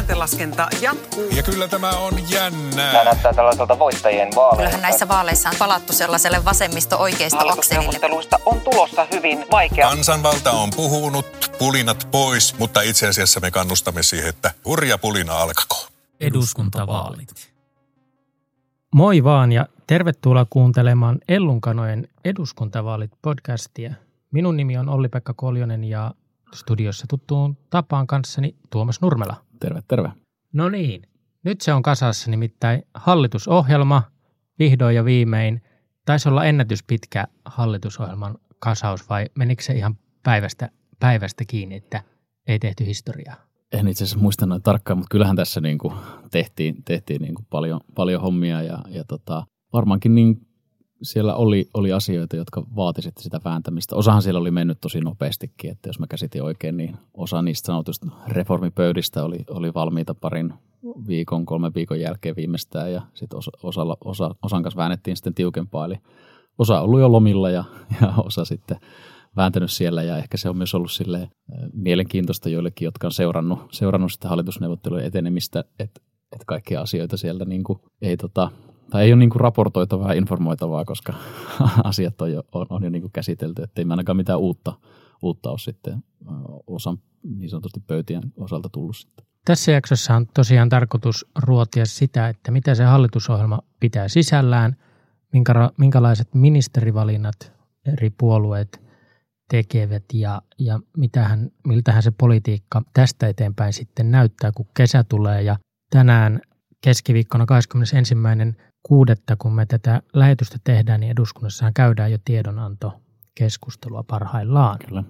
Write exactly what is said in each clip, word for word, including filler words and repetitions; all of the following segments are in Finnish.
Ääntenlaskenta jatkuu. Ja kyllä tämä on jännää. Tämä näyttää tällaiselta voittajien vaaleista. Kyllähän näissä vaaleissa on palattu sellaiselle vasemmisto-oikeisto-akselille. Hallitusneuvotteluista on tulossa hyvin vaikea. Kansanvalta on puhunut, pulinat pois, mutta itse asiassa me kannustamme siihen, että hurja pulina alkakoon. Eduskuntavaalit. Moi vaan ja tervetuloa kuuntelemaan Ellunkanojen eduskuntavaalit-podcastia. Minun nimi on Olli-Pekka Koljonen ja studiossa tuttuun tapaan kanssani Tuomas Nurmela. Terve, terve. No niin, nyt se on kasassa, nimittäin hallitusohjelma vihdoin ja viimein. Taisi olla ennätyspitkä hallitusohjelman kasaus vai menikö se ihan päivästä, päivästä kiinni, että ei tehty historiaa? En itse asiassa muista noin tarkkaan, mutta kyllähän tässä niin kuin tehtiin, tehtiin niin kuin paljon, paljon hommia ja, ja tota, varmaankin niin siellä oli, oli asioita, jotka vaati sitten sitä vääntämistä. Osahan siellä oli mennyt tosi nopeastikin, että jos mä käsitin oikein, niin osa niistä sanotusta reformipöydistä oli, oli valmiita parin viikon, kolmen viikon jälkeen viimeistään ja sitten osa, osa, osa, osan kanssa väännettiin sitten tiukempaa. Eli osa ollut jo lomilla ja, ja osa sitten vääntänyt siellä ja ehkä se on myös ollut silleen mielenkiintoista joillekin, jotka on seurannut, seurannut sitä hallitusneuvottelujen etenemistä, että, että kaikkia asioita sieltä niin kuin ei tota, tai ei ole niin kuin raportoitavaa ja informoitavaa, koska asiat on jo, on, on jo niin kuin käsitelty, ettei me ainakaan mitään uutta, uutta ole sitten osan niin sanotusti pöytien osalta tullut sitten. Tässä jaksossa on tosiaan tarkoitus ruotia sitä, että mitä se hallitusohjelma pitää sisällään, minkä, minkälaiset ministerivalinnat eri puolueet tekevät ja, ja mitähän, miltähän se politiikka tästä eteenpäin sitten näyttää, kun kesä tulee. Ja tänään keskiviikkona kahdeskymmenesensimmäinen kuudetta kun me tätä lähetystä tehdään, niin eduskunnassahan käydään jo tiedonantokeskustelua parhaillaan. Kyllä.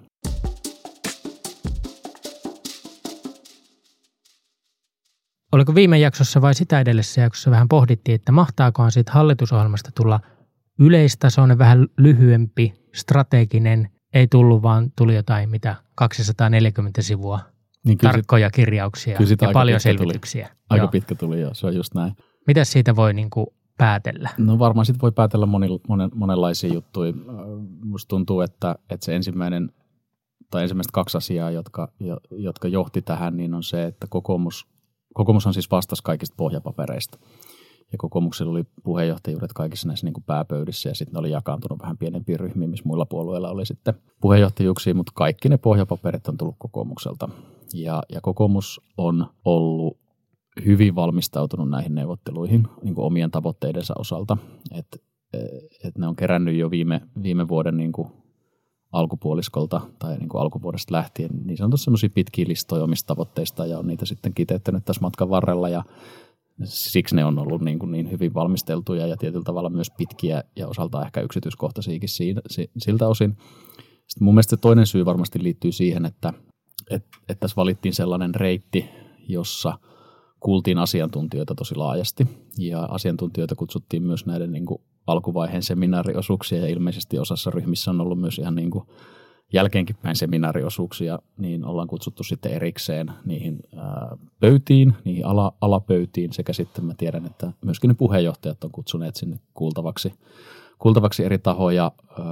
Oliko viime jaksossa vai sitä edellisessä jaksossa vähän pohdittiin, että mahtaakohan siitä hallitusohjelmasta tulla yleistasoinen, vähän lyhyempi, strateginen, ei tullut vaan tuli jotain mitä kaksisataaneljäkymmentä sivua niin tarkkoja sit, kirjauksia ja paljon selvityksiä. Tuli. Aika joo. pitkä tuli, joo, se on just näin. Mitäs siitä voi niin kuin päätellä? No varmaan siitä voi päätellä moni, monen, monenlaisia juttuja. Musta tuntuu, että, että se ensimmäinen tai ensimmäiset kaksi asiaa, jotka, jotka johti tähän, niin on se, että kokoomus, kokoomushan siis vastasi kaikista pohjapapereista. Ja kokoomuksella oli puheenjohtajuudet kaikissa näissä niin kuin pääpöydissä ja sitten ne oli jakaantunut vähän pienempiin ryhmiin, missä muilla puolueilla oli sitten puheenjohtajuuksia, mutta kaikki ne pohjapaperit on tullut kokoomukselta. Ja, ja kokoomus on ollut hyvin valmistautunut näihin neuvotteluihin niin kuin omien tavoitteidensa osalta. Että et ne on kerännyt jo viime, viime vuoden niin kuin alkupuoliskolta tai niin kuin alkuvuodesta lähtien niin sanotusti semmoisia pitkiä listoja omista tavoitteista ja on niitä sitten kiteyttänyt tässä matkan varrella ja siksi ne on ollut niin, kuin niin hyvin valmisteltuja ja tietyllä tavalla myös pitkiä ja osaltaan ehkä yksityiskohtaisiakin siitä, siltä osin. Sitten mun mielestä toinen syy varmasti liittyy siihen, että, että, että tässä valittiin sellainen reitti, jossa kuultiin asiantuntijoita tosi laajasti ja asiantuntijoita kutsuttiin myös näiden niin kuin alkuvaiheen seminaariosuuksia ja ilmeisesti osassa ryhmissä on ollut myös ihan niin kuin jälkeenkin päin seminaariosuuksia, niin ollaan kutsuttu sitten erikseen niihin ää, pöytiin, niihin ala, alapöytiin sekä sitten mä tiedän, että myöskin ne puheenjohtajat on kutsuneet sinne kuultavaksi, kuultavaksi eri tahoja ää,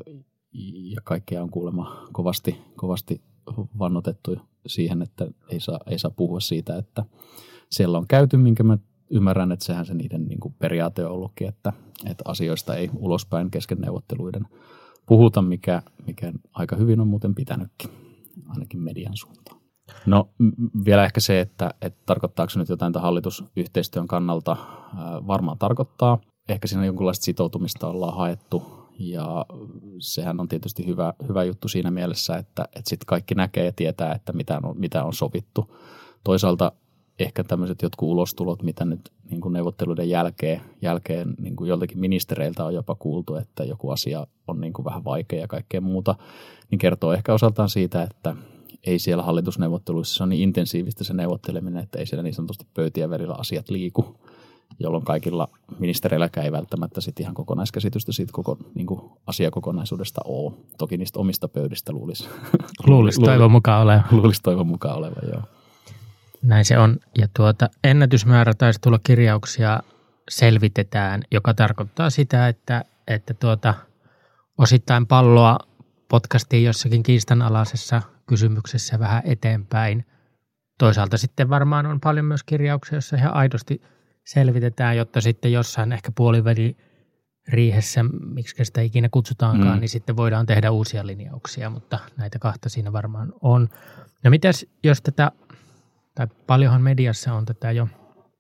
ja kaikkea on kuulemma kovasti, kovasti vannotettu siihen, että ei saa, ei saa puhua siitä, että siellä on käyty, minkä mä ymmärrän, että sehän se niiden niin kuin periaate on ollutkin, että, että asioista ei ulospäin kesken neuvotteluiden puhuta, mikä, mikä aika hyvin on muuten pitänytkin, ainakin median suuntaan. No vielä ehkä se, että, että tarkoittaako se nyt jotain tämän hallitusyhteistyön kannalta, ää, varmaan tarkoittaa. Ehkä siinä jonkunlaista sitoutumista ollaan haettu ja sehän on tietysti hyvä, hyvä juttu siinä mielessä, että, että sitten kaikki näkee ja tietää, että mitä on, mitä on sovittu. Toisaalta ehkä tämmöiset jotkut ulostulot, mitä nyt niin kuin neuvotteluiden jälkeen, jälkeen niin kuin joltakin ministereiltä on jopa kuultu, että joku asia on niin kuin vähän vaikea ja kaikkea muuta, niin kertoo ehkä osaltaan siitä, että ei siellä hallitusneuvotteluissa se on niin intensiivistä se neuvotteleminen, että ei siellä niin sanotusti pöytien välillä asiat liiku, jolloin kaikilla ministereilläkään ei välttämättä sit ihan kokonaiskäsitystä siitä koko niin kuin asiakokonaisuudesta ole. Toki niistä omista pöydistä luulisi. Luulisi toivon mukaan olevan. Luulisi toivon mukaan olevan, joo. Näin se on. Ja tuota, ennätysmäärä taisi tulla kirjauksia selvitetään, joka tarkoittaa sitä, että, että tuota, osittain palloa potkastiin jossakin kiistanalaisessa kysymyksessä vähän eteenpäin. toisaalta sitten varmaan on paljon myös kirjauksia, joissa ihan aidosti selvitetään, jotta sitten jossain ehkä puoliväli riihessä, miksi sitä ikinä kutsutaankaan, mm. niin sitten voidaan tehdä uusia linjauksia, mutta näitä kahta siinä varmaan on. No mitäs jos tätä, tai paljonhan mediassa on tätä jo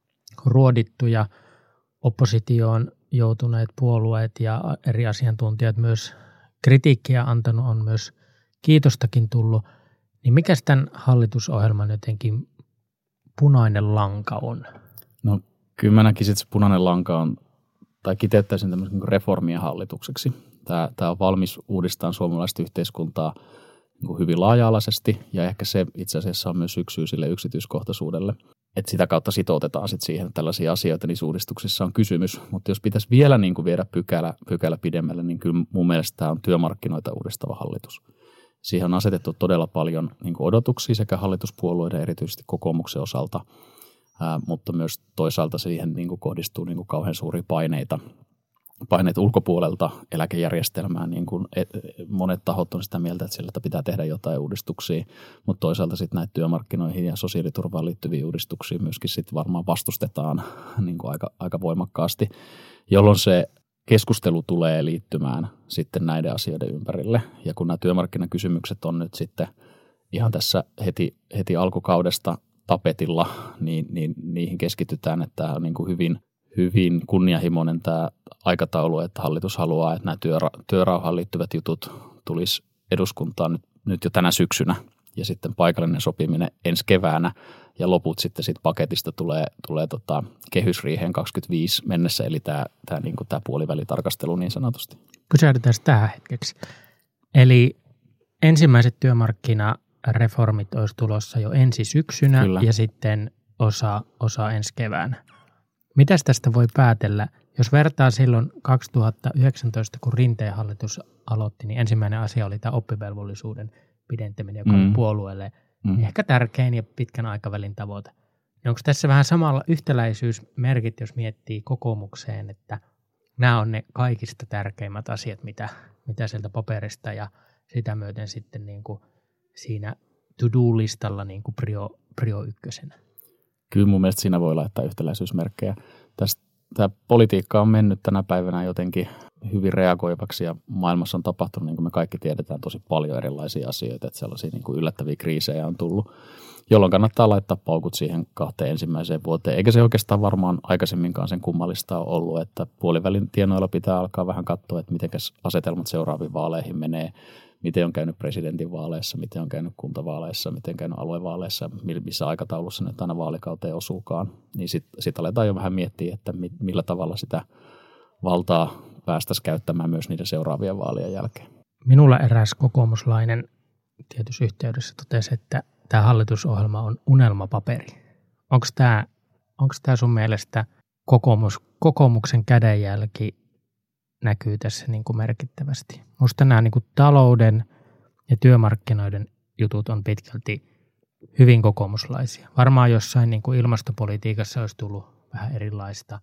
ruodittu ja oppositioon joutuneet puolueet ja eri asiantuntijat myös kritiikkiä antanut, on myös kiitostakin tullut, niin mikäs tämän hallitusohjelman jotenkin punainen lanka on? No kyllä mä näkisin, että se punainen lanka on, tai kiteyttäisin tämmöisen niin reformien hallitukseksi. Tämä, tämä on valmis uudistamaan suomalaista yhteiskuntaa niin hyvin laaja-alaisesti, ja ehkä se itse asiassa on myös syksy sille yksityiskohtaisuudelle. Että sitä kautta sitoutetaan sit siihen, että tällaisia asioita niissä uudistuksissa on kysymys. Mutta jos pitäisi vielä niin kuin viedä pykälä, pykälä pidemmälle, niin kyllä mun mielestä tämä on työmarkkinoita uudistava hallitus. Siihen on asetettu todella paljon niin kuin odotuksia sekä hallituspuolueiden, erityisesti kokoomuksen osalta, ää, mutta myös toisaalta siihen niin kuin kohdistuu niin kuin kauhean suuria paineita. Paineet ulkopuolelta eläkejärjestelmään, niin kuin monet tahot on sitä mieltä, että sillä pitää tehdä jotain uudistuksia, mutta toisaalta sitten näitä työmarkkinoihin ja sosiaaliturvaan liittyviä uudistuksia myöskin sitten varmaan vastustetaan niin kuin aika, aika voimakkaasti, jolloin se keskustelu tulee liittymään sitten näiden asioiden ympärille. Ja kun nämä työmarkkinakysymykset on nyt sitten ihan tässä heti, heti alkukaudesta tapetilla, niin, niin niihin keskitytään, että tämä on niin kuin hyvin hyvin kunnianhimoinen tämä aikataulu, että hallitus haluaa, että nämä työra- työrauhaan liittyvät jutut tulisi eduskuntaan nyt, nyt jo tänä syksynä ja sitten paikallinen sopiminen ensi keväänä ja loput sitten siitä paketista tulee, tulee tota kehysriiheen kaksikymmentäviisi mennessä, eli tämä, tämä, niin kuin tämä puolivälitarkastelu niin sanotusti. Pysähdytään tähän hetkeksi. Eli ensimmäiset työmarkkinareformit olisi tulossa jo ensi syksynä Kyllä. ja sitten osa, osa ensi keväänä. Mitäs tästä voi päätellä? Jos vertaa silloin kaksituhattayhdeksäntoista, kun Rinteen hallitus aloitti, niin ensimmäinen asia oli tämä oppivelvollisuuden pidentäminen, joka mm. on puolueelle mm. ehkä tärkein ja pitkän aikavälin tavoite. Ja onko tässä vähän samalla yhtäläisyysmerkit, jos miettii kokoomukseen, että nämä on ne kaikista tärkeimmät asiat, mitä, mitä sieltä paperista ja sitä myöten sitten niin kuin siinä to-do-listalla niin kuin prio, prio ykkösenä? Kyllä mun mielestä siinä voi laittaa yhtäläisyysmerkkejä. Tästä, tämä politiikka on mennyt tänä päivänä jotenkin hyvin reagoivaksi ja maailmassa on tapahtunut, niin kuin me kaikki tiedetään, tosi paljon erilaisia asioita, että sellaisia niin kuin yllättäviä kriisejä on tullut, jolloin kannattaa laittaa paukut siihen kahteen ensimmäiseen vuoteen. Eikä se oikeastaan varmaan aikaisemminkaan sen kummallista ole ollut, että puolivälin tienoilla pitää alkaa vähän katsoa, että miten asetelmat seuraaviin vaaleihin menee, miten on käynyt presidentinvaaleissa, miten on käynyt kuntavaaleissa, miten on käynyt aluevaaleissa, missä aikataulussa nyt aina vaalikauteen osuukaan. Niin sitten sit aletaan jo vähän miettiä, että millä tavalla sitä valtaa päästäisiin käyttämään myös niiden seuraavien vaalien jälkeen. Minulla eräs kokoomuslainen tietyssä yhteydessä totesi, että tämä hallitusohjelma on unelmapaperi. Onko tämä, onko tämä sun mielestä kokoomus, kokoomuksen kädenjälki näkyy tässä niin kuin merkittävästi? Minusta nämä niin kuin talouden ja työmarkkinoiden jutut on pitkälti hyvin kokoomuslaisia. Varmaan jossain niin kuin ilmastopolitiikassa olisi tullut vähän erilaista.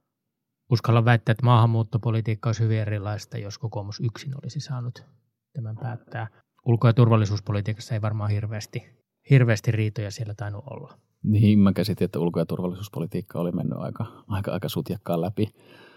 Uskallan väittää, että maahanmuuttopolitiikka olisi hyvin erilaista, jos kokoomus yksin olisi saanut tämän päättää. Ulko- ja turvallisuuspolitiikassa ei varmaan hirveästi, hirveästi riitoja siellä tainnut olla. Niin, mä käsitin, että ulko- ja turvallisuuspolitiikka oli mennyt aika, aika, aika sutjakkaan läpi,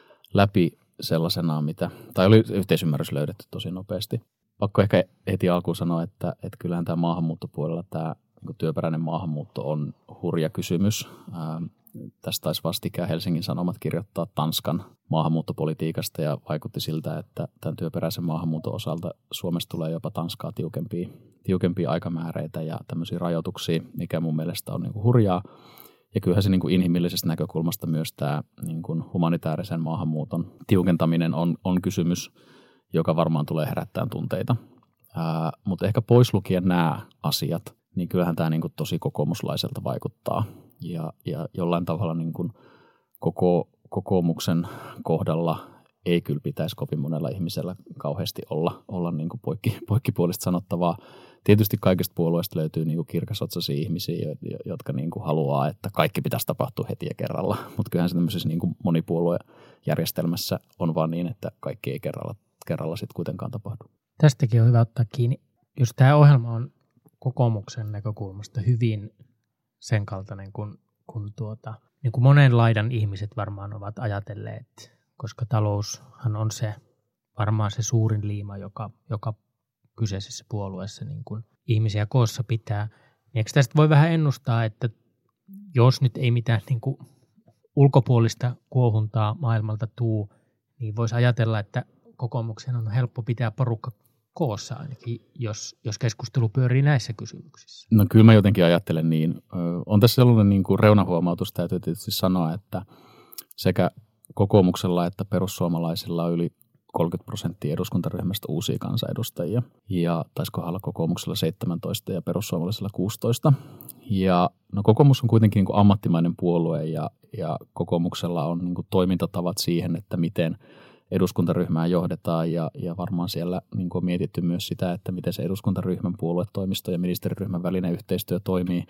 läpi sellaisenaan, mitä, tai oli yhteisymmärrys löydetty tosi nopeasti. Pakko ehkä heti alkuun sanoa, että, että kyllähän tämä maahanmuuttopuolella tämä niin työperäinen maahanmuutto on hurja kysymys. Ää, tästä taisi vastikään Helsingin Sanomat kirjoittaa Tanskan maahanmuuttopolitiikasta ja vaikutti siltä, että tämän työperäisen maahanmuuton osalta Suomessa tulee jopa Tanskaa tiukempia, tiukempia aikamääreitä ja tämmöisiä rajoituksia, mikä mun mielestä on niin kuin hurjaa. Ja kyllähän se niin kuin inhimillisestä näkökulmasta myös tämä niin kuin humanitaarisen maahanmuuton tiukentaminen on, on kysymys, joka varmaan tulee herättämään tunteita. Ää, mutta ehkä pois lukien nämä asiat, niin kyllähän tämä niin kuin tosi kokoomuslaiselta vaikuttaa. Ja, ja jollain tavalla niin kuin koko kokoomuksen kohdalla ei kyllä pitäisi kovin monella ihmisellä kauheasti olla, olla niin kuin poikki, poikkipuolista sanottavaa. Tietysti kaikista puolueista löytyy niin kuin kirkasotsaisia ihmisiä, jotka niin kuin haluaa, että kaikki pitäisi tapahtua heti ja kerralla. Mutta kyllähän se tämmöisessä niin kuin monipuoluejärjestelmässä on vaan niin, että kaikki ei kerralla, kerralla sitten kuitenkaan tapahdu. Tästäkin on hyvä ottaa kiinni. Jos tämä ohjelma on kokoomuksen näkökulmasta hyvin sen kaltainen kuin, kuin, tuota, niin kuin monen laidan ihmiset varmaan ovat ajatelleet, koska taloushan on se varmaan se suurin liima, joka, joka kyseisessä puolueessa niin kuin ihmisiä koossa pitää. Niin eikö tästä voi vähän ennustaa, että jos nyt ei mitään niin kuin ulkopuolista kuohuntaa maailmalta tuu, niin voisi ajatella, että kokoomuksen on helppo pitää porukka koossa ainakin, jos, jos keskustelu pyörii näissä kysymyksissä. No kyllä mä jotenkin ajattelen niin. On tässä sellainen niin kuin reunahuomautus, täytyy tietysti sanoa, että sekä kokoomuksella että perussuomalaisilla on yli kolmekymmentä prosenttia eduskuntaryhmästä uusia kansanedustajia. Ja taisikohan olla kokoomuksella seitsemäntoista ja perussuomalaisilla kuusitoista. Ja no kokoomus on kuitenkin niin kuin ammattimainen puolue ja, ja kokoomuksella on niin kuin toimintatavat siihen, että miten eduskuntaryhmää johdetaan ja, ja varmaan siellä niin kuin on mietitty myös sitä, että miten se eduskuntaryhmän puoluetoimisto ja ministeriryhmän välinen yhteistyö toimii,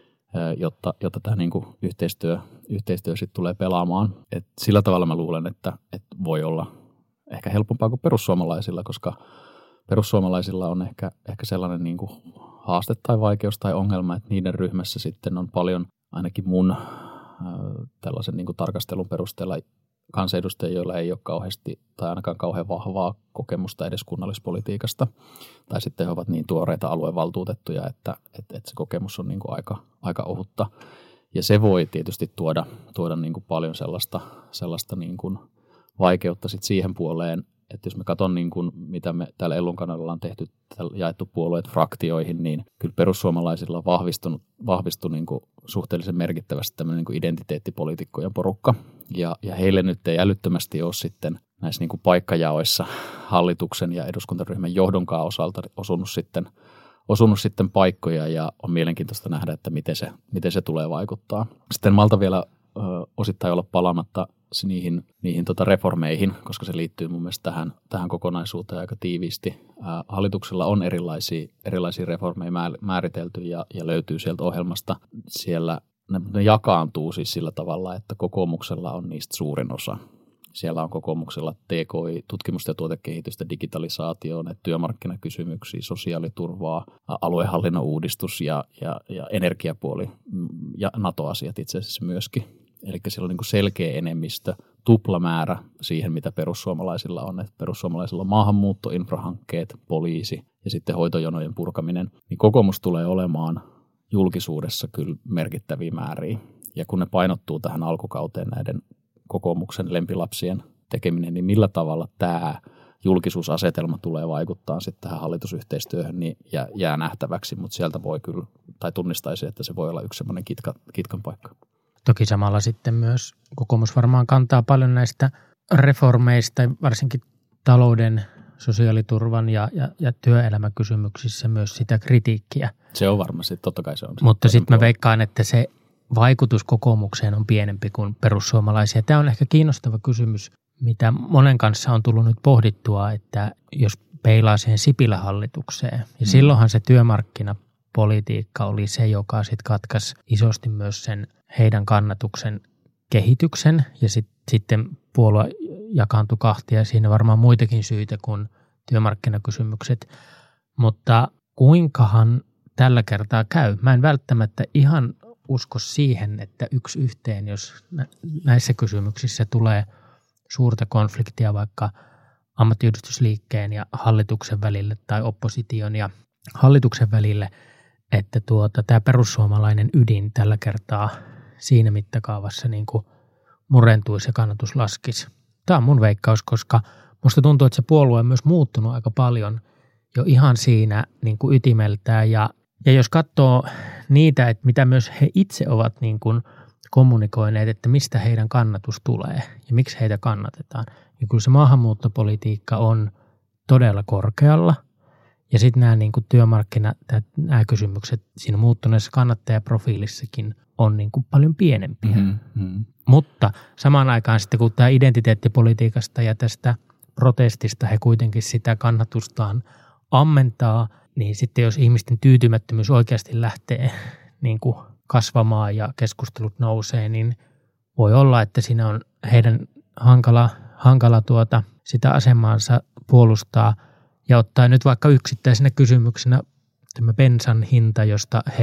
jotta, jotta tämä niin kuin yhteistyö, yhteistyö sitten tulee pelaamaan. Et sillä tavalla mä luulen, että, että voi olla ehkä helpompaa kuin perussuomalaisilla, koska perussuomalaisilla on ehkä, ehkä sellainen niin kuin haaste tai vaikeus tai ongelma, että niiden ryhmässä sitten on paljon ainakin mun äh, tällaisen niin kuin tarkastelun perusteella kansanedustajia, joilla ei ole kauheasti tai ainakaan kauhean vahvaa kokemusta edes kunnallispolitiikasta. Tai sitten he ovat niin tuoreita aluevaltuutettuja, että, että, että se kokemus on niin kuin aika, aika ohutta. Ja se voi tietysti tuoda, tuoda niin kuin paljon sellaista, sellaista niin kuin vaikeutta sit siihen puoleen, että jos me katson, niin kuin, mitä me täällä Ellun kanavalla on tehty, jaettu puolueet fraktioihin, niin kyllä perussuomalaisilla on vahvistunut, vahvistunut niin kuin suhteellisen merkittävästi tämmöinen niin kuin identiteettipoliitikkojen porukka. Ja, ja heille nyt ei älyttömästi ole sitten näissä niin kuin paikkajaoissa hallituksen ja eduskuntaryhmän johdonkaan osalta osunut sitten, osunut sitten paikkoja, ja on mielenkiintoista nähdä, että miten se, miten se tulee vaikuttaa. Sitten malta vielä ö, osittain olla palaamatta niihin, niihin tota reformeihin, koska se liittyy mun mielestä tähän, tähän kokonaisuuteen aika tiiviisti. Ää, hallituksella on erilaisia, erilaisia reformeja määritelty ja, ja löytyy sieltä ohjelmasta. Siellä ne, ne jakaantuu siis sillä tavalla, että kokoomuksella on niistä suurin osa. Siellä on kokoomuksella T K I, tutkimusta ja tuotekehitystä, digitalisaatioon, työmarkkinakysymyksiä, sosiaaliturvaa, aluehallinnon uudistus ja, ja, ja energiapuoli ja NATO-asiat itse asiassa myöskin. Eli siellä on niin kuin selkeä enemmistö, tuplamäärä siihen, mitä perussuomalaisilla on. Että perussuomalaisilla on maahanmuutto, infrahankkeet, poliisi ja sitten hoitojonojen purkaminen. Niin kokoomus tulee olemaan julkisuudessa kyllä merkittäviä määriä. Ja kun ne painottuu tähän alkukauteen näiden kokoomuksen lempilapsien tekeminen, niin millä tavalla tämä julkisuusasetelma tulee vaikuttaa sitten tähän hallitusyhteistyöhön, niin jää, jää nähtäväksi. Mutta sieltä voi kyllä, tai tunnistaisin, että se voi olla yksi semmoinen kitka, kitkan paikka. Toki samalla sitten myös kokoomus varmaan kantaa paljon näistä reformeista, varsinkin talouden, sosiaaliturvan ja, ja, ja työelämäkysymyksissä myös sitä kritiikkiä. Se on varmasti, totta kai se on. Mutta sitten mä veikkaan, että se vaikutus kokoomukseen on pienempi kuin perussuomalaisia. Tämä on ehkä kiinnostava kysymys, mitä monen kanssa on tullut nyt pohdittua, että jos peilaa siihen Sipilä-hallitukseen, ja mm. silloinhan se työmarkkinapolitiikka oli se, joka sitten katkaisi isosti myös sen heidän kannatuksen kehityksen, ja sit, sitten puolue jakaantui kahtia, ja siinä varmaan muitakin syitä kuin työmarkkinakysymykset. Mutta kuinkahan tällä kertaa käy? Mä en välttämättä ihan usko siihen, että yksi yhteen, jos näissä kysymyksissä tulee suurta konfliktia vaikka ammattiyhdistysliikkeen ja hallituksen välille tai opposition ja hallituksen välille, että tuota, tämä perussuomalainen ydin tällä kertaa siinä mittakaavassa niin kuin murentuisi ja kannatus laskisi. Tämä on mun veikkaus, koska musta tuntuu, että se puolue on myös muuttunut aika paljon jo ihan siinä niin kuin ytimeltään. Ja, ja jos katsoo niitä, että mitä myös he itse ovat niin kuin kommunikoineet, että mistä heidän kannatus tulee ja miksi heitä kannatetaan, niin kyllä se maahanmuuttopolitiikka on todella korkealla. Ja sitten nämä niin kuin työmarkkina, nämä kysymykset siinä muuttuneessa kannattajaprofiilissakin on niin kuin paljon pienempiä. Mm-hmm. Mutta samaan aikaan sitten kun tämä identiteettipolitiikasta ja tästä protestista he kuitenkin sitä kannatustaan ammentaa, niin sitten jos ihmisten tyytymättömyys oikeasti lähtee niin kuin kasvamaan ja keskustelut nousee, niin voi olla, että siinä on heidän hankala, hankala tuota, sitä asemaansa puolustaa. Ja ottaa nyt vaikka yksittäisenä kysymyksenä tämä bensan hinta, josta he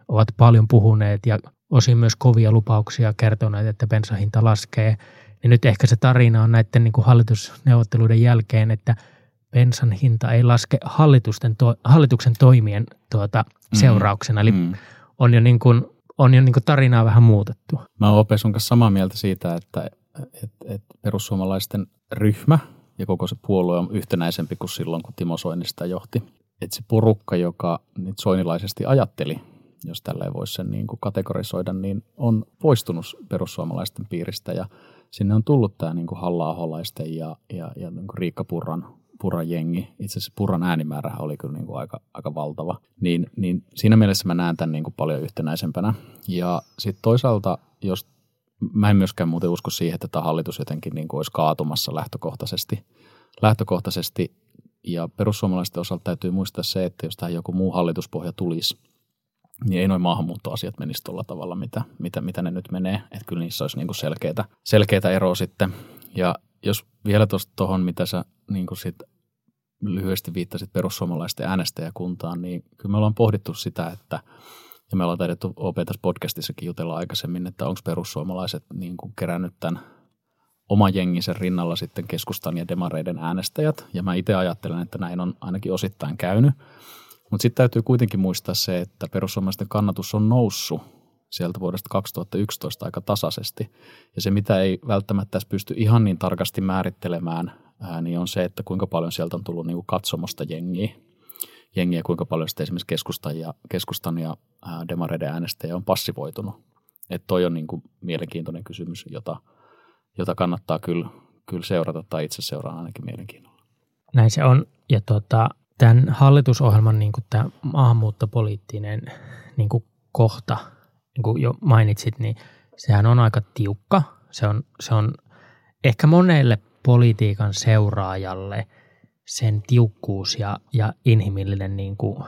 ovat paljon puhuneet ja osin myös kovia lupauksia kertoneet, että bensahinta laskee. Ja nyt ehkä se tarina on näiden niin kuin hallitusneuvotteluiden jälkeen, että bensan hinta ei laske hallitusten to, hallituksen toimien tuota, seurauksena. Eli mm. on jo, niin kuin, on jo niin kuin tarinaa vähän muutettu. Mä oon Ope sun kanssa samaa mieltä siitä, että et, et perussuomalaisten ryhmä ja koko se puolue on yhtenäisempi kuin silloin, kun Timo Soini sitä johti. Että se porukka, joka nyt soinilaisesti ajatteli, jos tälleen voisi sen niin kuin kategorisoida, niin on poistunut perussuomalaisten piiristä ja sinne on tullut tämä niin kuin Halla-aholaisten ja, ja, ja niin kuin Riikka Purran, Purran jengi. Itse asiassa Purran äänimäärä oli kyllä niin kuin aika, aika valtava. Niin, niin siinä mielessä mä näen tämän niin kuin paljon yhtenäisempänä. Ja sitten toisaalta, jos mä en myöskään muuten usko siihen, että tämä hallitus jotenkin niin kuin olisi kaatumassa lähtökohtaisesti. lähtökohtaisesti. Ja perussuomalaisten osalta täytyy muistaa se, että jos tähän joku muu hallituspohja tulisi, niin ei noin maahanmuuttoasiat menisi tuolla tavalla, mitä, mitä, mitä ne nyt menee. Että kyllä niissä olisi niinku selkeitä, selkeitä eroa sitten. Ja jos vielä tuosta tuohon, mitä sä niinku sit lyhyesti viittasit perussuomalaisten äänestäjäkuntaan, niin kyllä me ollaan pohdittu sitä, että, ja me ollaan taidettu O P tässä podcastissakin jutella aikaisemmin, että onko perussuomalaiset niinku kerännyt tämän oman jenginsä rinnalla sitten keskustan ja demareiden äänestäjät. Ja mä itse ajattelen, että näin on ainakin osittain käynyt. Mutta sitten täytyy kuitenkin muistaa se, että perussuomalaisten kannatus on noussut sieltä vuodesta kaksituhattayksitoista aika tasaisesti. Ja se, mitä ei välttämättä tässä pysty ihan niin tarkasti määrittelemään, ää, niin on se, että kuinka paljon sieltä on tullut niinku katsomosta jengiä. Jengiä, kuinka paljon sitten esimerkiksi keskustan ja, keskustan ja ää, demareiden äänestäjä on passivoitunut. Että toi on niinku mielenkiintoinen kysymys, jota, jota kannattaa kyllä, kyllä seurata, tai itse seuraan ainakin mielenkiinnolla. Näin se on, ja tuota... Tämän hallitusohjelman niin kuin tämä maahanmuuttopoliittinen niin kuin kohta, niin kuin jo mainitsit, niin sehän on aika tiukka. Se on, se on ehkä monelle politiikan seuraajalle sen tiukkuus ja, ja inhimillinen niin kuin